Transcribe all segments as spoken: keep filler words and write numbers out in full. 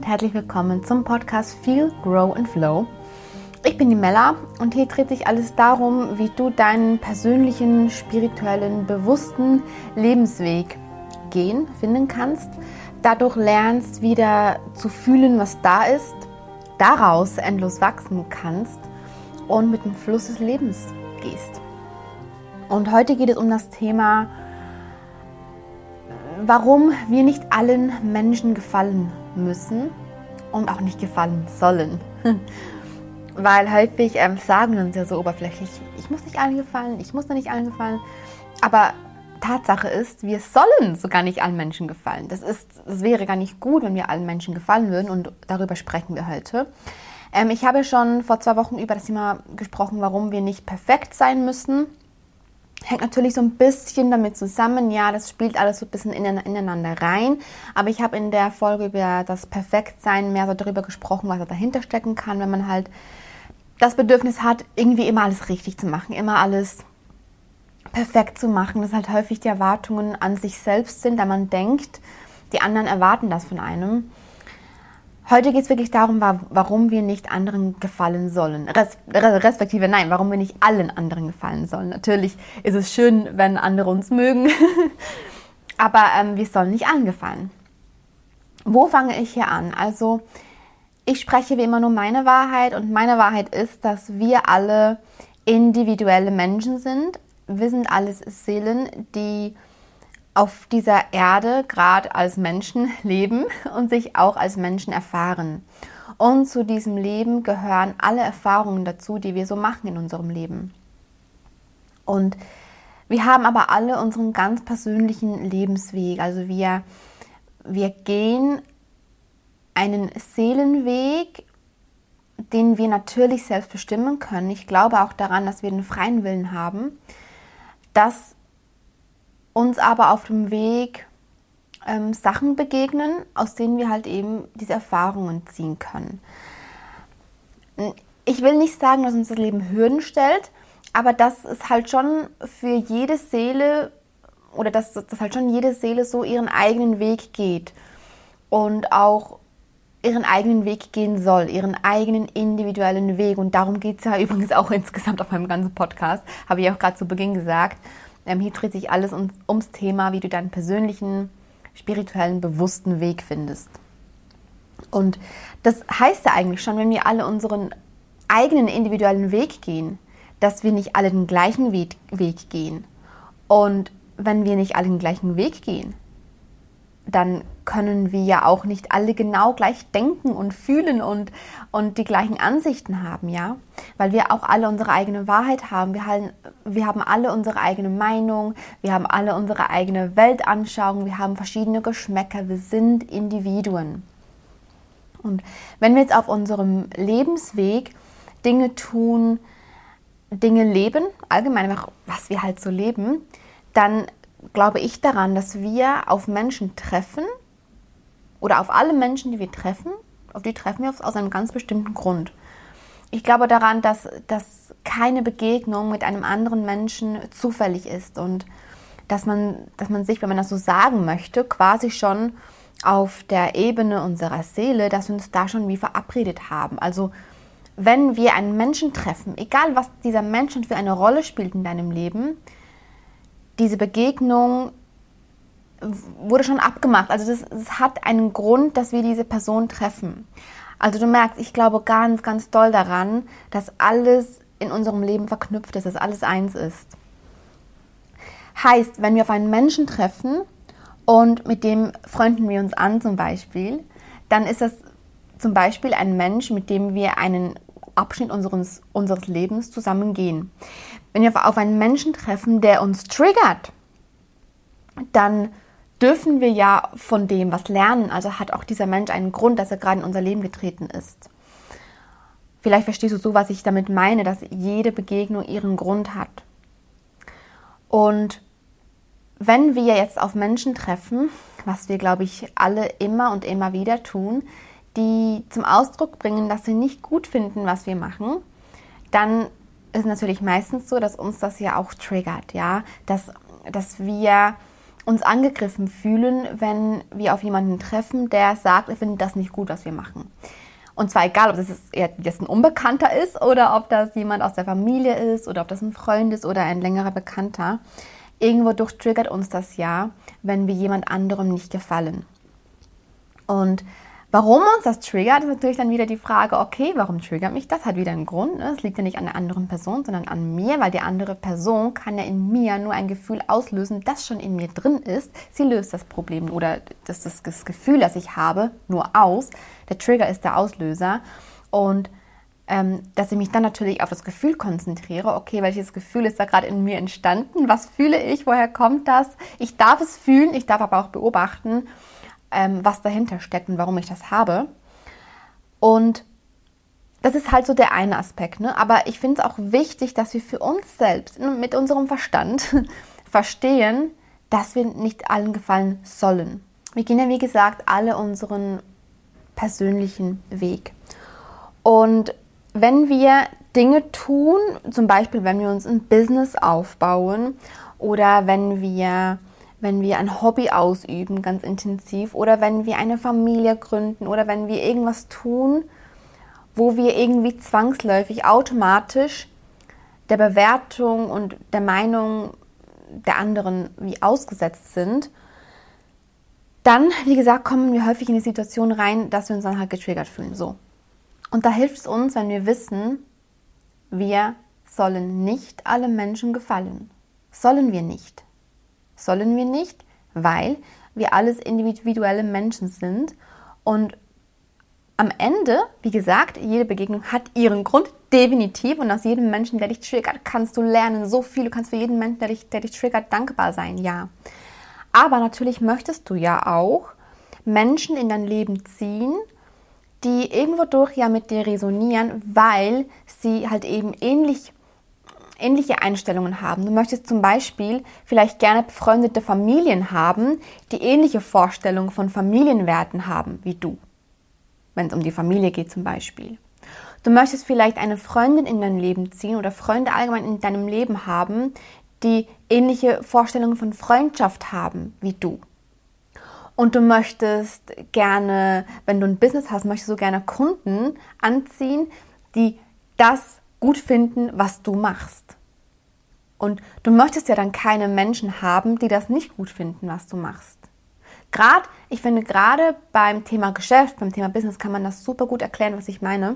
herzlich willkommen zum Podcast Feel, Grow and Flow. Ich bin die Mella und hier dreht sich alles darum, wie du deinen persönlichen, spirituellen, bewussten Lebensweg gehen, finden kannst, dadurch lernst, wieder zu fühlen, was da ist, daraus endlos wachsen kannst und mit dem Fluss des Lebens gehst. Und heute geht es um das Thema, warum wir nicht allen Menschen gefallen müssen und auch nicht gefallen sollen. Weil häufig ähm, sagen wir uns ja so oberflächlich, ich muss nicht allen gefallen, ich muss da nicht allen gefallen. Aber Tatsache ist, wir sollen sogar nicht allen Menschen gefallen. Das ist, das wäre gar nicht gut, wenn wir allen Menschen gefallen würden, und darüber sprechen wir heute. Ähm, ich habe schon vor zwei Wochen über das Thema gesprochen, warum wir nicht perfekt sein müssen. Hängt natürlich so ein bisschen damit zusammen, ja, das spielt alles so ein bisschen ineinander rein, aber ich habe in der Folge über das Perfektsein mehr so darüber gesprochen, was da dahinter stecken kann, wenn man halt das Bedürfnis hat, irgendwie immer alles richtig zu machen, immer alles perfekt zu machen, dass halt häufig die Erwartungen an sich selbst sind, da man denkt, die anderen erwarten das von einem. Heute geht es wirklich darum, warum wir nicht anderen gefallen sollen. Respektive, nein, warum wir nicht allen anderen gefallen sollen. Natürlich ist es schön, wenn andere uns mögen, aber ähm, wir sollen nicht allen gefallen. Wo fange ich hier an? Also, ich spreche wie immer nur meine Wahrheit, und meine Wahrheit ist, dass wir alle individuelle Menschen sind. Wir sind alles Seelen, die auf dieser Erde gerade als Menschen leben und sich auch als Menschen erfahren. Und zu diesem Leben gehören alle Erfahrungen dazu, die wir so machen in unserem Leben. Und wir haben aber alle unseren ganz persönlichen Lebensweg. Also wir, wir gehen einen Seelenweg, den wir natürlich selbst bestimmen können. Ich glaube auch daran, dass wir den freien Willen haben, dass uns aber auf dem Weg ähm, Sachen begegnen, aus denen wir halt eben diese Erfahrungen ziehen können. Ich will nicht sagen, dass uns das Leben Hürden stellt, aber dass es halt schon für jede Seele oder dass, dass halt schon jede Seele so ihren eigenen Weg geht und auch ihren eigenen Weg gehen soll, ihren eigenen individuellen Weg. Und darum geht es ja übrigens auch insgesamt auf meinem ganzen Podcast, habe ich auch gerade zu Beginn gesagt. Ähm, hier dreht sich alles ums, ums Thema, wie du deinen persönlichen, spirituellen, bewussten Weg findest. Und das heißt ja eigentlich schon, wenn wir alle unseren eigenen individuellen Weg gehen, dass wir nicht alle den gleichen Weg, Weg gehen. Und wenn wir nicht alle den gleichen Weg gehen, dann können wir ja auch nicht alle genau gleich denken und fühlen und, und die gleichen Ansichten haben, ja? Weil wir auch alle unsere eigene Wahrheit haben. Wir haben, wir haben alle unsere eigene Meinung, wir haben alle unsere eigene Weltanschauung, wir haben verschiedene Geschmäcker, wir sind Individuen. Und wenn wir jetzt auf unserem Lebensweg Dinge tun, Dinge leben, allgemein einfach, was wir halt so leben, dann glaube ich daran, dass wir auf Menschen treffen oder auf alle Menschen, die wir treffen, auf die treffen wir aus einem ganz bestimmten Grund. Ich glaube daran, dass, dass keine Begegnung mit einem anderen Menschen zufällig ist und dass man, dass man sich, wenn man das so sagen möchte, quasi schon auf der Ebene unserer Seele, dass wir uns da schon wie verabredet haben. Also wenn wir einen Menschen treffen, egal was dieser Mensch für eine Rolle spielt in deinem Leben, diese Begegnung wurde schon abgemacht. Also das, das hat einen Grund, dass wir diese Person treffen. Also du merkst, ich glaube ganz, ganz doll daran, dass alles in unserem Leben verknüpft ist, dass alles eins ist. Heißt, wenn wir auf einen Menschen treffen und mit dem freunden wir uns an zum Beispiel, dann ist das zum Beispiel ein Mensch, mit dem wir einen Abschnitt unseres, unseres Lebens zusammen gehen. Wenn wir auf einen Menschen treffen, der uns triggert, dann dürfen wir ja von dem was lernen. Also hat auch dieser Mensch einen Grund, dass er gerade in unser Leben getreten ist. Vielleicht verstehst du so, was ich damit meine, dass jede Begegnung ihren Grund hat. Und wenn wir jetzt auf Menschen treffen, was wir, glaube ich, alle immer und immer wieder tun, die zum Ausdruck bringen, dass sie nicht gut finden, was wir machen, dann ist es natürlich meistens so, dass uns das ja auch triggert, ja, dass, dass wir uns angegriffen fühlen, wenn wir auf jemanden treffen, der sagt, er findet das nicht gut, was wir machen. Und zwar egal, ob das jetzt ein Unbekannter ist oder ob das jemand aus der Familie ist oder ob das ein Freund ist oder ein längerer Bekannter. Irgendwo durchtriggert uns das ja, wenn wir jemand anderem nicht gefallen. Und warum uns das triggert, ist natürlich dann wieder die Frage, okay, warum triggert mich das? Hat wieder einen Grund. Ne? Es liegt ja nicht an der anderen Person, sondern an mir, weil die andere Person kann ja in mir nur ein Gefühl auslösen, das schon in mir drin ist. Sie löst das Problem oder das, das, das Gefühl, das ich habe, nur aus. Der Trigger ist der Auslöser. Und ähm, dass ich mich dann natürlich auf das Gefühl konzentriere. Okay, welches Gefühl ist da gerade in mir entstanden? Was fühle ich? Woher kommt das? Ich darf es fühlen, ich darf aber auch beobachten, Ähm, was dahinter steckt und warum ich das habe. Und das ist halt so der eine Aspekt. Ne? Aber ich finde es auch wichtig, dass wir für uns selbst mit unserem Verstand verstehen, dass wir nicht allen gefallen sollen. Wir gehen ja, wie gesagt, alle unseren persönlichen Weg. Und wenn wir Dinge tun, zum Beispiel, wenn wir uns ein Business aufbauen oder wenn wir wenn wir ein Hobby ausüben, ganz intensiv, oder wenn wir eine Familie gründen oder wenn wir irgendwas tun, wo wir irgendwie zwangsläufig automatisch der Bewertung und der Meinung der anderen wie ausgesetzt sind, dann, wie gesagt, kommen wir häufig in die Situation rein, dass wir uns dann halt getriggert fühlen. So. Und da hilft es uns, wenn wir wissen, wir sollen nicht alle Menschen gefallen. Sollen wir nicht. Sollen wir nicht, weil wir alles individuelle Menschen sind und am Ende, wie gesagt, jede Begegnung hat ihren Grund, definitiv, und aus jedem Menschen, der dich triggert, kannst du lernen, so viel, du kannst für jeden Menschen, der dich, der dich triggert, dankbar sein, ja. Aber natürlich möchtest du ja auch Menschen in dein Leben ziehen, die irgendwo durch ja mit dir resonieren, weil sie halt eben ähnlich ähnliche Einstellungen haben. Du möchtest zum Beispiel vielleicht gerne befreundete Familien haben, die ähnliche Vorstellungen von Familienwerten haben wie du, wenn es um die Familie geht zum Beispiel. Du möchtest vielleicht eine Freundin in dein Leben ziehen oder Freunde allgemein in deinem Leben haben, die ähnliche Vorstellungen von Freundschaft haben wie du. Und du möchtest gerne, wenn du ein Business hast, möchtest du gerne Kunden anziehen, die das gut finden, was du machst. Und du möchtest ja dann keine Menschen haben, die das nicht gut finden, was du machst. Gerade, ich finde, gerade beim Thema Geschäft, beim Thema Business kann man das super gut erklären, was ich meine.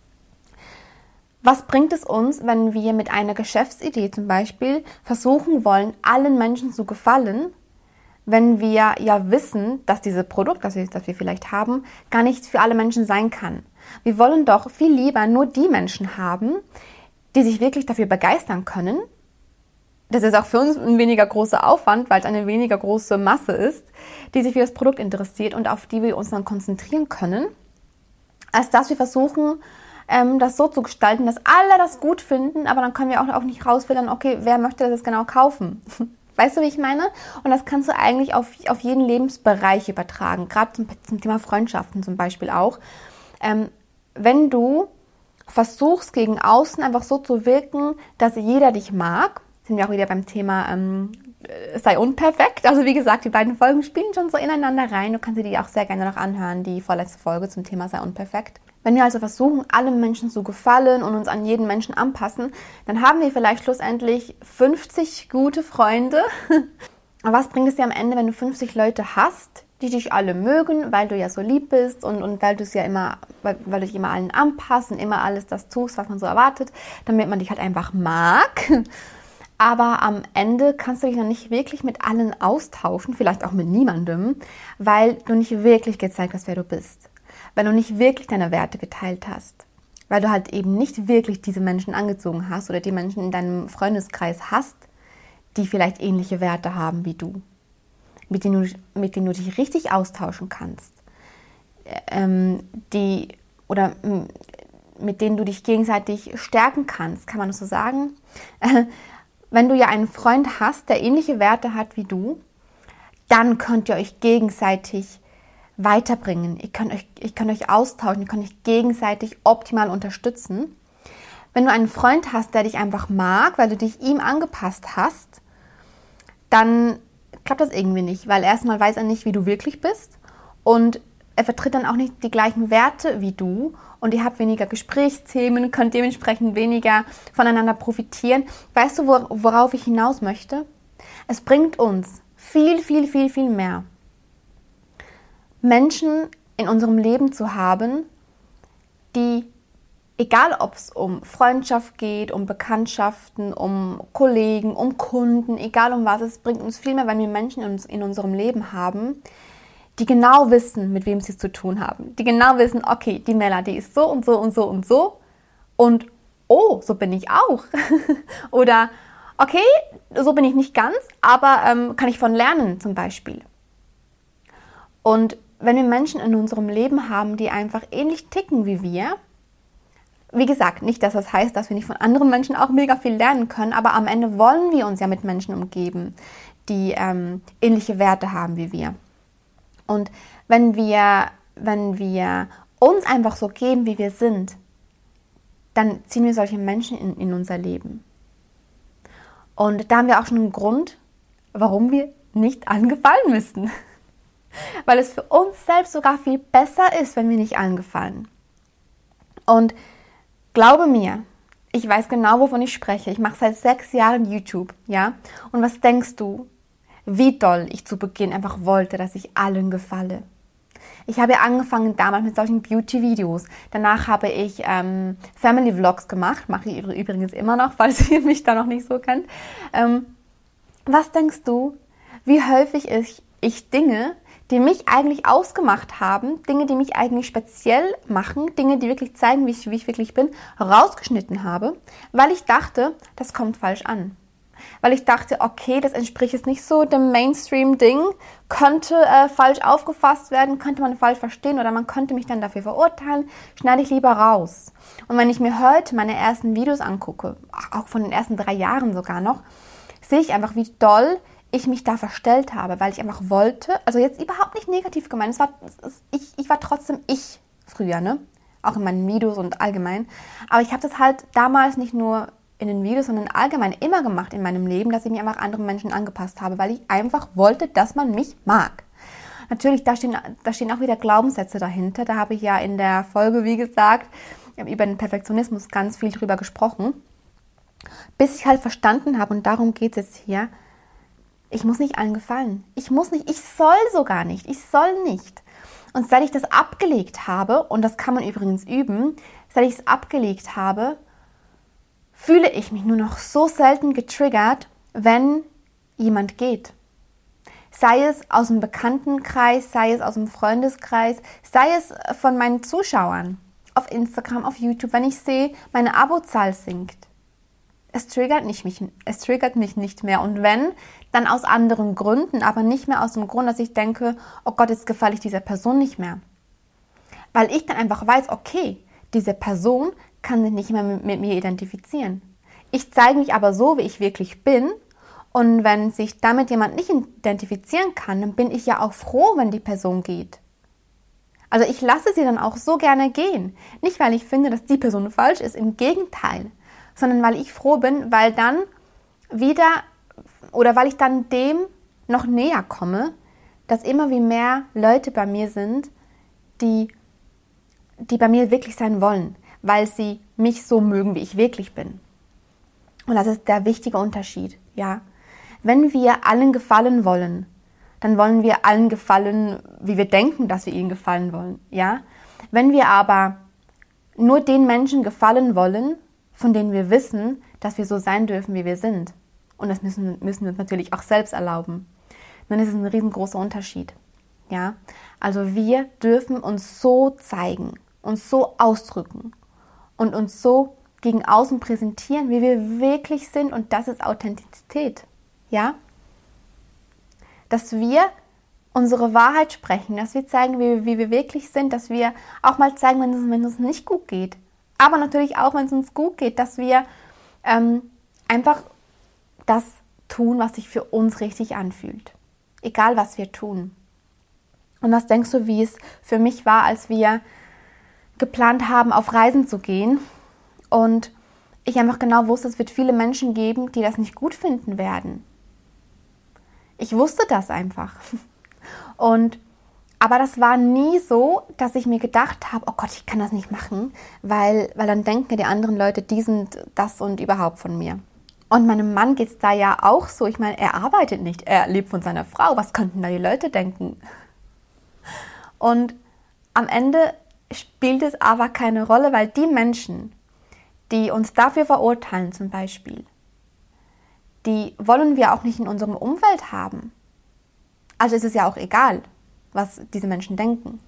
Was bringt es uns, wenn wir mit einer Geschäftsidee zum Beispiel versuchen wollen, allen Menschen zu gefallen, wenn wir ja wissen, dass dieses Produkt, das wir, das wir vielleicht haben, gar nicht für alle Menschen sein kann. Wir wollen doch viel lieber nur die Menschen haben, die sich wirklich dafür begeistern können. Das ist auch für uns ein weniger großer Aufwand, weil es eine weniger große Masse ist, die sich für das Produkt interessiert und auf die wir uns dann konzentrieren können, als dass wir versuchen, ähm, das so zu gestalten, dass alle das gut finden, aber dann können wir auch, auch nicht rausfiltern, okay, wer möchte das jetzt genau kaufen? Weißt du, wie ich meine? Und das kannst du eigentlich auf, auf jeden Lebensbereich übertragen, gerade zum, zum Thema Freundschaften zum Beispiel auch. Ähm, wenn du versuchst, gegen außen einfach so zu wirken, dass jeder dich mag, sind wir auch wieder beim Thema ähm, sei unperfekt. Also wie gesagt, die beiden Folgen spielen schon so ineinander rein. Du kannst dir die auch sehr gerne noch anhören, die vorletzte Folge zum Thema sei unperfekt. Wenn wir also versuchen, allen Menschen zu gefallen und uns an jeden Menschen anpassen, dann haben wir vielleicht schlussendlich fünfzig gute Freunde. Aber was bringt es dir am Ende, wenn du fünfzig Leute hast, die dich alle mögen, weil du ja so lieb bist und, und weil du es ja immer, weil, weil du dich immer allen anpasst und immer alles das tust, was man so erwartet, damit man dich halt einfach mag. Aber am Ende kannst du dich noch nicht wirklich mit allen austauschen, vielleicht auch mit niemandem, weil du nicht wirklich gezeigt hast, wer du bist. Weil du nicht wirklich deine Werte geteilt hast. Weil du halt eben nicht wirklich diese Menschen angezogen hast oder die Menschen in deinem Freundeskreis hast, die vielleicht ähnliche Werte haben wie du. Mit denen du, mit denen du dich richtig austauschen kannst. Ähm, die, oder mit denen du dich gegenseitig stärken kannst, kann man das so sagen? Wenn du ja einen Freund hast, der ähnliche Werte hat wie du, dann könnt ihr euch gegenseitig weiterbringen. Ihr könnt euch, ihr könnt euch austauschen, ihr könnt euch gegenseitig optimal unterstützen. Wenn du einen Freund hast, der dich einfach mag, weil du dich ihm angepasst hast, dann klappt das irgendwie nicht, weil erstmal weiß er nicht, wie du wirklich bist und er vertritt dann auch nicht die gleichen Werte wie du und ihr habt weniger Gesprächsthemen, könnt dementsprechend weniger voneinander profitieren. Weißt du, worauf ich hinaus möchte? Es bringt uns viel, viel, viel, viel mehr, Menschen in unserem Leben zu haben, die, egal ob es um Freundschaft geht, um Bekanntschaften, um Kollegen, um Kunden, egal um was, es bringt uns viel mehr, wenn wir Menschen in, uns, in unserem Leben haben, die genau wissen, mit wem sie es zu tun haben. Die genau wissen, okay, die Mella, die ist so und so und so und so und oh, so bin ich auch. Oder okay, so bin ich nicht ganz, aber ähm, kann ich von lernen zum Beispiel. Und wenn wir Menschen in unserem Leben haben, die einfach ähnlich ticken wie wir, wie gesagt, nicht, dass das heißt, dass wir nicht von anderen Menschen auch mega viel lernen können, aber am Ende wollen wir uns ja mit Menschen umgeben, die ähm, ähnliche Werte haben wie wir. Und wenn wir, wenn wir uns einfach so geben, wie wir sind, dann ziehen wir solche Menschen in, in unser Leben. Und da haben wir auch schon einen Grund, warum wir nicht allen gefallen müssen. Weil es für uns selbst sogar viel besser ist, wenn wir nicht allen gefallen. Und glaube mir, ich weiß genau, wovon ich spreche. Ich mache seit sechs Jahren YouTube, ja. Und was denkst du, wie doll ich zu Beginn einfach wollte, dass ich allen gefalle? Ich habe angefangen damals mit solchen Beauty-Videos. Danach habe ich ähm, Family-Vlogs gemacht. Mache ich übrigens immer noch, falls ihr mich da noch nicht so kennt. Ähm, was denkst du, wie häufig ich, ich Dinge, die mich eigentlich ausgemacht haben, Dinge, die mich eigentlich speziell machen, Dinge, die wirklich zeigen, wie ich, wie ich wirklich bin, rausgeschnitten habe, weil ich dachte, das kommt falsch an. Weil ich dachte, okay, das entspricht jetzt nicht so dem Mainstream-Ding, könnte äh, falsch aufgefasst werden, könnte man falsch verstehen oder man könnte mich dann dafür verurteilen, schneide ich lieber raus. Und wenn ich mir heute meine ersten Videos angucke, auch von den ersten drei Jahren sogar noch, sehe ich einfach, wie doll ich mich da verstellt habe, weil ich einfach wollte, also jetzt überhaupt nicht negativ gemeint, es war, es, ich, ich war trotzdem ich früher, ne? Auch in meinen Videos und allgemein, aber ich habe das halt damals nicht nur in den Videos, sondern allgemein immer gemacht in meinem Leben, dass ich mich einfach anderen Menschen angepasst habe, weil ich einfach wollte, dass man mich mag. Natürlich, da stehen, da stehen auch wieder Glaubenssätze dahinter, da habe ich ja in der Folge, wie gesagt, über den Perfektionismus ganz viel drüber gesprochen, bis ich halt verstanden habe, und darum geht es jetzt hier, ich muss nicht allen gefallen. Ich muss nicht, ich soll sogar nicht, ich soll nicht. Und seit ich das abgelegt habe, und das kann man übrigens üben, seit ich es abgelegt habe, fühle ich mich nur noch so selten getriggert, wenn jemand geht. Sei es aus dem Bekanntenkreis, sei es aus dem Freundeskreis, sei es von meinen Zuschauern auf Instagram, auf YouTube, wenn ich sehe, meine Abozahl sinkt. Es triggert, nicht mich, es triggert mich nicht mehr. Und wenn, dann aus anderen Gründen, aber nicht mehr aus dem Grund, dass ich denke, oh Gott, jetzt gefalle ich dieser Person nicht mehr. Weil ich dann einfach weiß, okay, diese Person kann sich nicht mehr mit, mit mir identifizieren. Ich zeige mich aber so, wie ich wirklich bin. Und wenn sich damit jemand nicht identifizieren kann, dann bin ich ja auch froh, wenn die Person geht. Also ich lasse sie dann auch so gerne gehen. Nicht, weil ich finde, dass die Person falsch ist, im Gegenteil. Sondern weil ich froh bin, weil dann wieder, oder weil ich dann dem noch näher komme, dass immer wie mehr Leute bei mir sind, die, die bei mir wirklich sein wollen, weil sie mich so mögen, wie ich wirklich bin. Und das ist der wichtige Unterschied, ja. Wenn wir allen gefallen wollen, dann wollen wir allen gefallen, wie wir denken, dass wir ihnen gefallen wollen, ja. Wenn wir aber nur den Menschen gefallen wollen, von denen wir wissen, dass wir so sein dürfen, wie wir sind, und das müssen, müssen wir uns natürlich auch selbst erlauben, dann ist es ein riesengroßer Unterschied, ja. Also wir dürfen uns so zeigen, uns so ausdrücken und uns so gegen außen präsentieren, wie wir wirklich sind, und das ist Authentizität, ja. Dass wir unsere Wahrheit sprechen, dass wir zeigen, wie, wie wir wirklich sind, dass wir auch mal zeigen, wenn es, wenn es nicht gut geht. Aber natürlich auch, wenn es uns gut geht, dass wir ähm, einfach das tun, was sich für uns richtig anfühlt. Egal, was wir tun. Und was denkst du, wie es für mich war, als wir geplant haben, auf Reisen zu gehen und ich einfach genau wusste, es wird viele Menschen geben, die das nicht gut finden werden. Ich wusste das einfach. Und aber das war nie so, dass ich mir gedacht habe, oh Gott, ich kann das nicht machen, weil, weil dann denken die anderen Leute, die sind das und überhaupt von mir. Und meinem Mann geht es da ja auch so. Ich meine, er arbeitet nicht, er lebt von seiner Frau. Was könnten da die Leute denken? Und am Ende spielt es aber keine Rolle, weil die Menschen, die uns dafür verurteilen zum Beispiel, die wollen wir auch nicht in unserem Umfeld haben. Also ist es ja auch egal, was diese Menschen denken.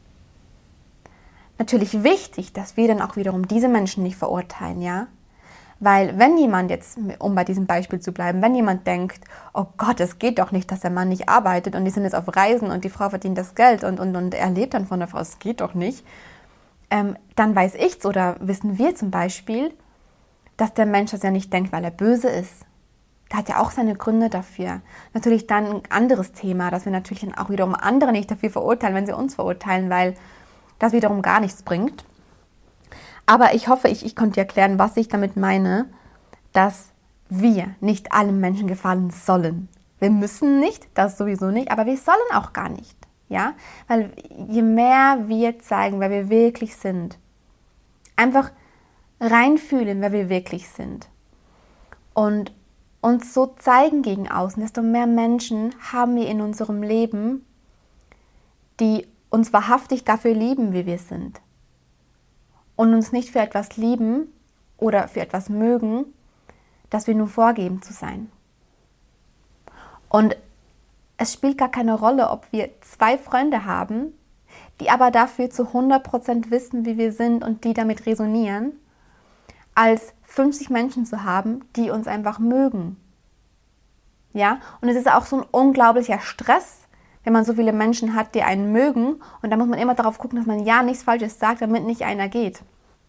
Natürlich wichtig, dass wir dann auch wiederum diese Menschen nicht verurteilen, ja? Weil wenn jemand jetzt, um bei diesem Beispiel zu bleiben, wenn jemand denkt, oh Gott, es geht doch nicht, dass der Mann nicht arbeitet und die sind jetzt auf Reisen und die Frau verdient das Geld und, und, und er lebt dann von der Frau, es geht doch nicht, ähm, dann weiß ich's oder wissen wir zum Beispiel, dass der Mensch das ja nicht denkt, weil er böse ist. Der hat ja auch seine Gründe dafür. Natürlich dann ein anderes Thema, dass wir natürlich dann auch wiederum andere nicht dafür verurteilen, wenn sie uns verurteilen, weil das wiederum gar nichts bringt. Aber ich hoffe, ich, ich konnte dir erklären, was ich damit meine, dass wir nicht allen Menschen gefallen sollen. Wir müssen nicht, das sowieso nicht, aber wir sollen auch gar nicht. Ja? Weil je mehr wir zeigen, wer wir wirklich sind, einfach reinfühlen, wer wir wirklich sind und uns so zeigen gegen außen, desto mehr Menschen haben wir in unserem Leben, die uns wahrhaftig dafür lieben, wie wir sind. Und uns nicht für etwas lieben oder für etwas mögen, das wir nur vorgeben zu sein. Und es spielt gar keine Rolle, ob wir zwei Freunde haben, die aber dafür zu hundert Prozent wissen, wie wir sind und die damit resonieren, als fünfzig Menschen zu haben, die uns einfach mögen. Ja, und es ist auch so ein unglaublicher Stress, wenn man so viele Menschen hat, die einen mögen. Und da muss man immer darauf gucken, dass man ja nichts Falsches sagt, damit nicht einer geht.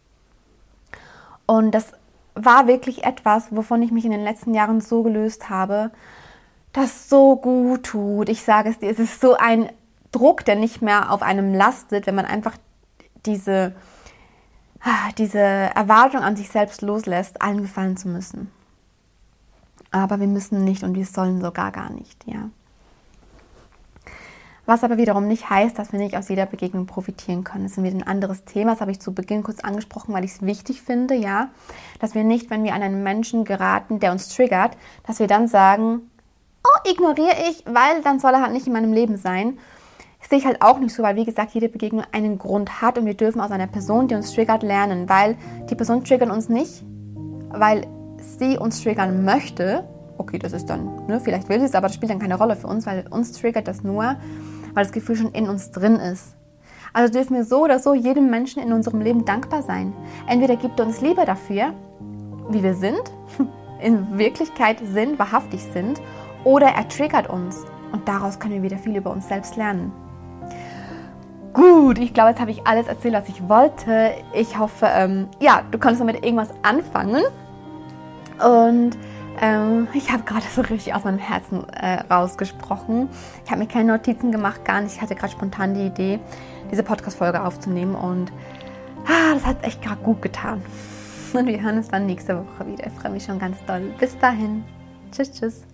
Und das war wirklich etwas, wovon ich mich in den letzten Jahren so gelöst habe, das so gut tut. Ich sage es dir, es ist so ein Druck, der nicht mehr auf einem lastet, wenn man einfach diese diese Erwartung an sich selbst loslässt, allen gefallen zu müssen. Aber wir müssen nicht und wir sollen sogar gar nicht, ja. Was aber wiederum nicht heißt, dass wir nicht aus jeder Begegnung profitieren können. Das ist wieder ein anderes Thema, das habe ich zu Beginn kurz angesprochen, weil ich es wichtig finde, ja, dass wir nicht, wenn wir an einen Menschen geraten, der uns triggert, dass wir dann sagen, oh, ignoriere ich, weil dann soll er halt nicht in meinem Leben sein. Das sehe ich halt auch nicht so, weil wie gesagt, jede Begegnung einen Grund hat und wir dürfen aus einer Person, die uns triggert, lernen, weil die Person triggert uns nicht, weil sie uns triggern möchte. Okay, das ist dann, ne, vielleicht will sie es, aber das spielt dann keine Rolle für uns, weil uns triggert das nur, weil das Gefühl schon in uns drin ist. Also dürfen wir so oder so jedem Menschen in unserem Leben dankbar sein. Entweder gibt er uns Liebe dafür, wie wir sind, in Wirklichkeit sind, wahrhaftig sind, oder er triggert uns und daraus können wir wieder viel über uns selbst lernen. Gut, ich glaube, jetzt habe ich alles erzählt, was ich wollte. Ich hoffe, ähm, ja, du konntest damit irgendwas anfangen. Und ähm, ich habe gerade so richtig aus meinem Herzen äh, rausgesprochen. Ich habe mir keine Notizen gemacht, gar nicht. Ich hatte gerade spontan die Idee, diese Podcast-Folge aufzunehmen. Und ah, das hat echt gerade gut getan. Und wir hören uns dann nächste Woche wieder. Ich freue mich schon ganz doll. Bis dahin. Tschüss, tschüss.